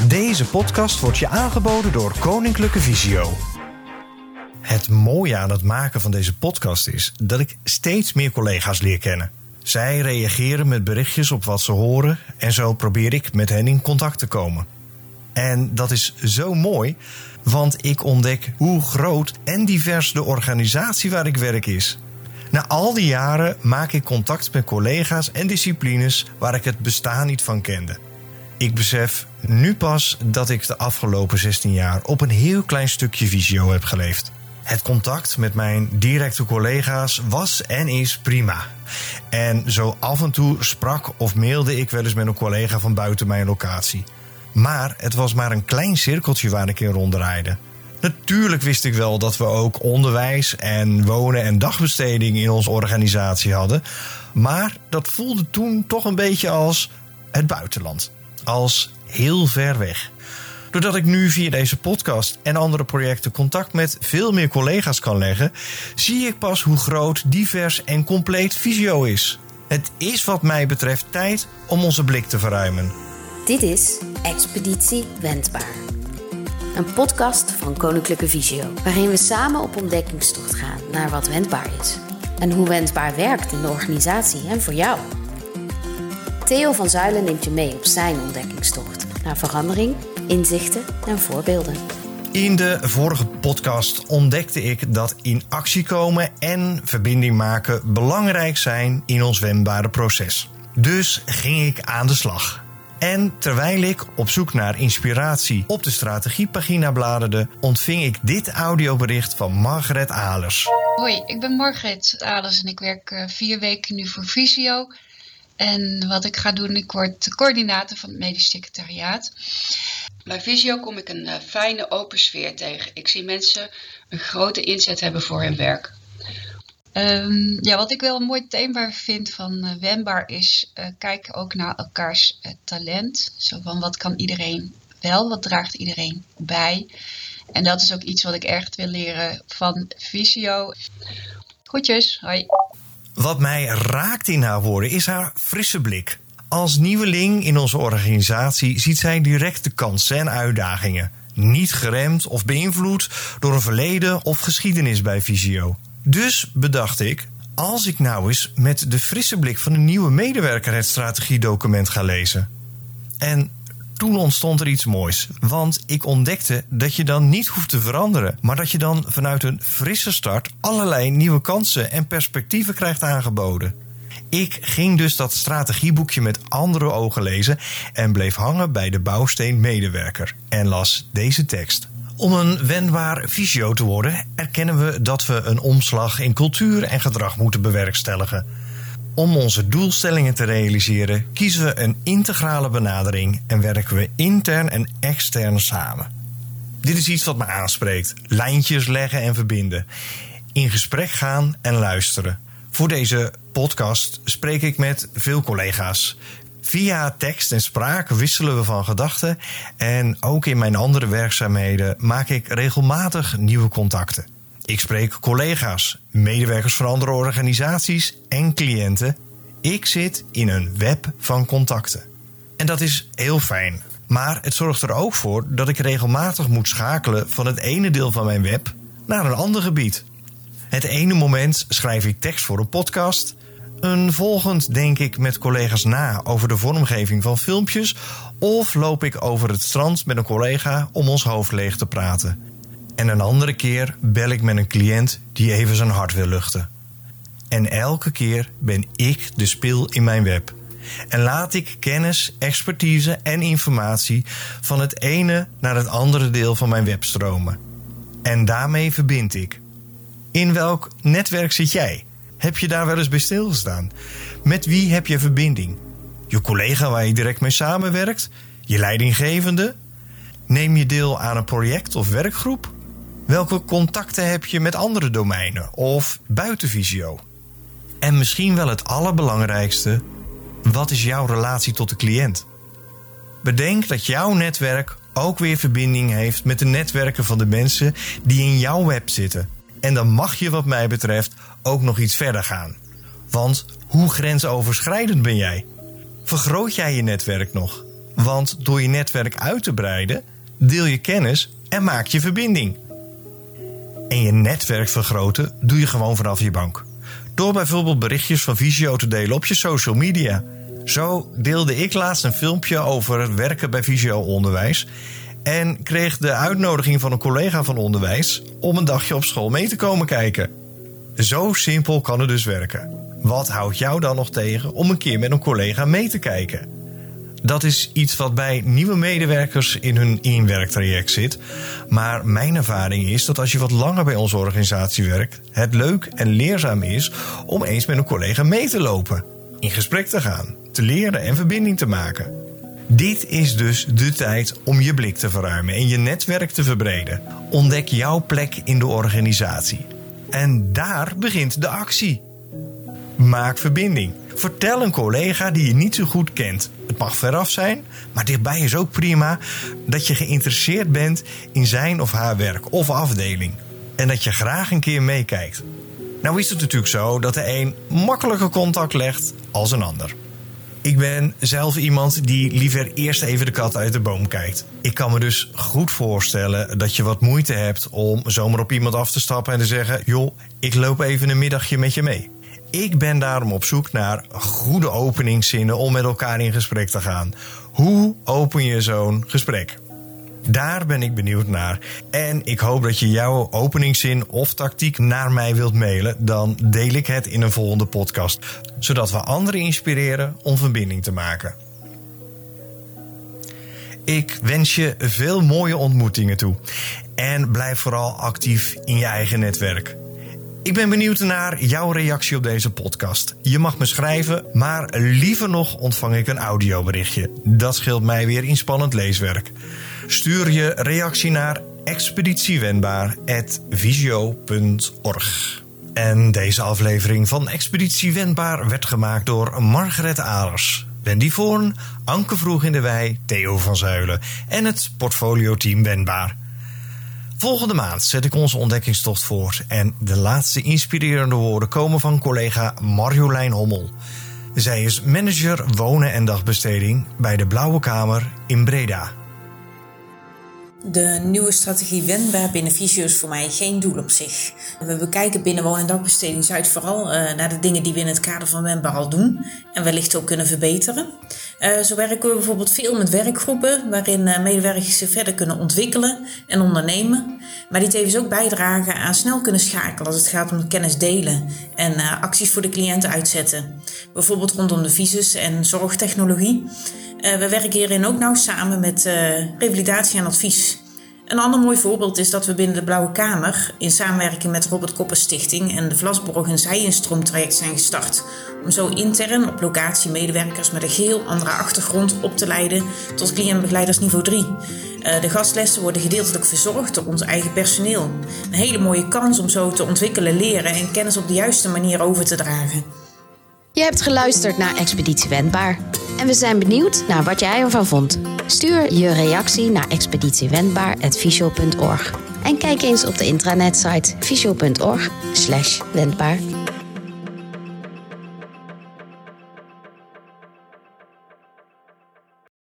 Deze podcast wordt je aangeboden door Koninklijke Visio. Het mooie aan het maken van deze podcast is dat ik steeds meer collega's leer kennen. Zij reageren met berichtjes op wat ze horen en zo probeer ik met hen in contact te komen. En dat is zo mooi, want ik ontdek hoe groot en divers de organisatie waar ik werk is. Na al die jaren maak ik contact met collega's en disciplines waar ik het bestaan niet van kende. Ik besef nu pas dat ik de afgelopen 16 jaar op een heel klein stukje visio heb geleefd. Het contact met mijn directe collega's was en is prima. En zo af en toe sprak of mailde ik wel eens met een collega van buiten mijn locatie. Maar het was maar een klein cirkeltje waar ik in ronddraaide. Natuurlijk wist ik wel dat we ook onderwijs en wonen en dagbesteding in onze organisatie hadden. Maar dat voelde toen toch een beetje als het buitenland. Als heel ver weg. Doordat ik nu via deze podcast en andere projecten contact met veel meer collega's kan leggen, zie ik pas hoe groot, divers en compleet visio is. Het is wat mij betreft tijd om onze blik te verruimen. Dit is Expeditie Wendbaar. Een podcast van Koninklijke Visio, waarin we samen op ontdekkingstocht gaan naar wat wendbaar is. En hoe wendbaar werkt in de organisatie en voor jou. Theo van Zuilen neemt je mee op zijn ontdekkingstocht naar verandering, inzichten en voorbeelden. In de vorige podcast ontdekte ik dat in actie komen en verbinding maken belangrijk zijn in ons wendbare proces. Dus ging ik aan de slag. En terwijl ik op zoek naar inspiratie op de strategiepagina bladerde, ontving ik dit audiobericht van Margret Alers. Hoi, ik ben Margret Alers en ik werk 4 weken nu voor Visio. En wat ik ga doen, ik word de coördinator van het medisch secretariaat. Bij Visio kom ik een fijne open sfeer tegen. Ik zie mensen een grote inzet hebben voor hun werk. Wat ik wel een mooi thema vind van wendbaar is kijken ook naar elkaars talent. Zo van wat kan iedereen wel, wat draagt iedereen bij. En dat is ook iets wat ik echt wil leren van Visio. Groetjes, hoi. Wat mij raakt in haar woorden is haar frisse blik. Als nieuweling in onze organisatie ziet zij direct de kansen en uitdagingen. Niet geremd of beïnvloed door een verleden of geschiedenis bij Visio. Dus bedacht ik, als ik nou eens met de frisse blik van een nieuwe medewerker het strategiedocument ga lezen. En toen ontstond er iets moois, want ik ontdekte dat je dan niet hoeft te veranderen, maar dat je dan vanuit een frisse start allerlei nieuwe kansen en perspectieven krijgt aangeboden. Ik ging dus dat strategieboekje met andere ogen lezen en bleef hangen bij de bouwsteen medewerker en las deze tekst. Om een wendbaar visio te worden erkennen we dat we een omslag in cultuur en gedrag moeten bewerkstelligen. Om onze doelstellingen te realiseren kiezen we een integrale benadering en werken we intern en extern samen. Dit is iets wat me aanspreekt. Lijntjes leggen en verbinden. In gesprek gaan en luisteren. Voor deze podcast spreek ik met veel collega's. Via tekst en spraak wisselen we van gedachten en ook in mijn andere werkzaamheden maak ik regelmatig nieuwe contacten. Ik spreek collega's, medewerkers van andere organisaties en cliënten. Ik zit in een web van contacten. En dat is heel fijn. Maar het zorgt er ook voor dat ik regelmatig moet schakelen van het ene deel van mijn web naar een ander gebied. Het ene moment schrijf ik tekst voor een podcast. Een volgend denk ik met collega's na over de vormgeving van filmpjes. Of loop ik over het strand met een collega om ons hoofd leeg te praten. En een andere keer bel ik met een cliënt die even zijn hart wil luchten. En elke keer ben ik de spil in mijn web. En laat ik kennis, expertise en informatie van het ene naar het andere deel van mijn web stromen. En daarmee verbind ik. In welk netwerk zit jij? Heb je daar wel eens bij stilgestaan? Met wie heb je verbinding? Je collega waar je direct mee samenwerkt? Je leidinggevende? Neem je deel aan een project of werkgroep? Welke contacten heb je met andere domeinen of buiten Visio? En misschien wel het allerbelangrijkste, wat is jouw relatie tot de cliënt? Bedenk dat jouw netwerk ook weer verbinding heeft met de netwerken van de mensen die in jouw web zitten. En dan mag je wat mij betreft ook nog iets verder gaan. Want hoe grensoverschrijdend ben jij? Vergroot jij je netwerk nog? Want door je netwerk uit te breiden, deel je kennis en maak je verbinding. En je netwerk vergroten doe je gewoon vanaf je bank. Door bijvoorbeeld berichtjes van Visio te delen op je social media. Zo deelde ik laatst een filmpje over het werken bij Visio Onderwijs en kreeg de uitnodiging van een collega van onderwijs om een dagje op school mee te komen kijken. Zo simpel kan het dus werken. Wat houdt jou dan nog tegen om een keer met een collega mee te kijken? Dat is iets wat bij nieuwe medewerkers in hun inwerktraject zit. Maar mijn ervaring is dat als je wat langer bij onze organisatie werkt, het leuk en leerzaam is om eens met een collega mee te lopen, in gesprek te gaan, te leren en verbinding te maken. Dit is dus de tijd om je blik te verruimen en je netwerk te verbreden. Ontdek jouw plek in de organisatie. En daar begint de actie. Maak verbinding. Vertel een collega die je niet zo goed kent. Het mag veraf zijn, maar dichtbij is ook prima dat je geïnteresseerd bent in zijn of haar werk of afdeling. En dat je graag een keer meekijkt. Nou is het natuurlijk zo dat de een makkelijker contact legt als een ander. Ik ben zelf iemand die liever eerst even de kat uit de boom kijkt. Ik kan me dus goed voorstellen dat je wat moeite hebt om zomaar op iemand af te stappen en te zeggen: joh, ik loop even een middagje met je mee. Ik ben daarom op zoek naar goede openingszinnen om met elkaar in gesprek te gaan. Hoe open je zo'n gesprek? Daar ben ik benieuwd naar. En ik hoop dat je jouw openingszin of tactiek naar mij wilt mailen. Dan deel ik het in een volgende podcast. Zodat we anderen inspireren om verbinding te maken. Ik wens je veel mooie ontmoetingen toe. En blijf vooral actief in je eigen netwerk. Ik ben benieuwd naar jouw reactie op deze podcast. Je mag me schrijven, maar liever nog ontvang ik een audioberichtje. Dat scheelt mij weer in spannend leeswerk. Stuur je reactie naar expeditiewendbaar@visio.org. En deze aflevering van Expeditie Wendbaar werd gemaakt door Margaret Alers, Wendy Voorn, Anke Vroeg in de Wei, Theo van Zuilen en het portfolio-team Wendbaar. Volgende maand zet ik onze ontdekkingstocht voort en de laatste inspirerende woorden komen van collega Marjolein Hommel. Zij is manager wonen en dagbesteding bij de Blauwe Kamer in Breda. De nieuwe strategie Wendbaar binnen Visio is voor mij geen doel op zich. We bekijken binnen woon- en dagbesteding Zuid vooral naar de dingen die we in het kader van Wendbaar al doen en wellicht ook kunnen verbeteren. Zo werken we bijvoorbeeld veel met werkgroepen waarin medewerkers zich verder kunnen ontwikkelen en ondernemen, maar die tevens ook bijdragen aan snel kunnen schakelen als het gaat om kennis delen en acties voor de cliënten uitzetten. Bijvoorbeeld rondom de visus en zorgtechnologie. We werken hierin ook nauw samen met revalidatie en advies. Een ander mooi voorbeeld is dat we binnen de Blauwe Kamer in samenwerking met Robert Koppers Stichting en de Vlasborg een zij-instroomtraject zijn gestart. Om zo intern op locatie medewerkers met een geheel andere achtergrond op te leiden tot cliëntbegeleiders niveau 3. De gastlessen worden gedeeltelijk verzorgd door ons eigen personeel. Een hele mooie kans om zo te ontwikkelen, leren en kennis op de juiste manier over te dragen. Je hebt geluisterd naar Expeditie Wendbaar. En we zijn benieuwd naar wat jij ervan vond. Stuur je reactie naar expeditiewendbaar@visio.org. En kijk eens op de intranetsite visio.org/wendbaar.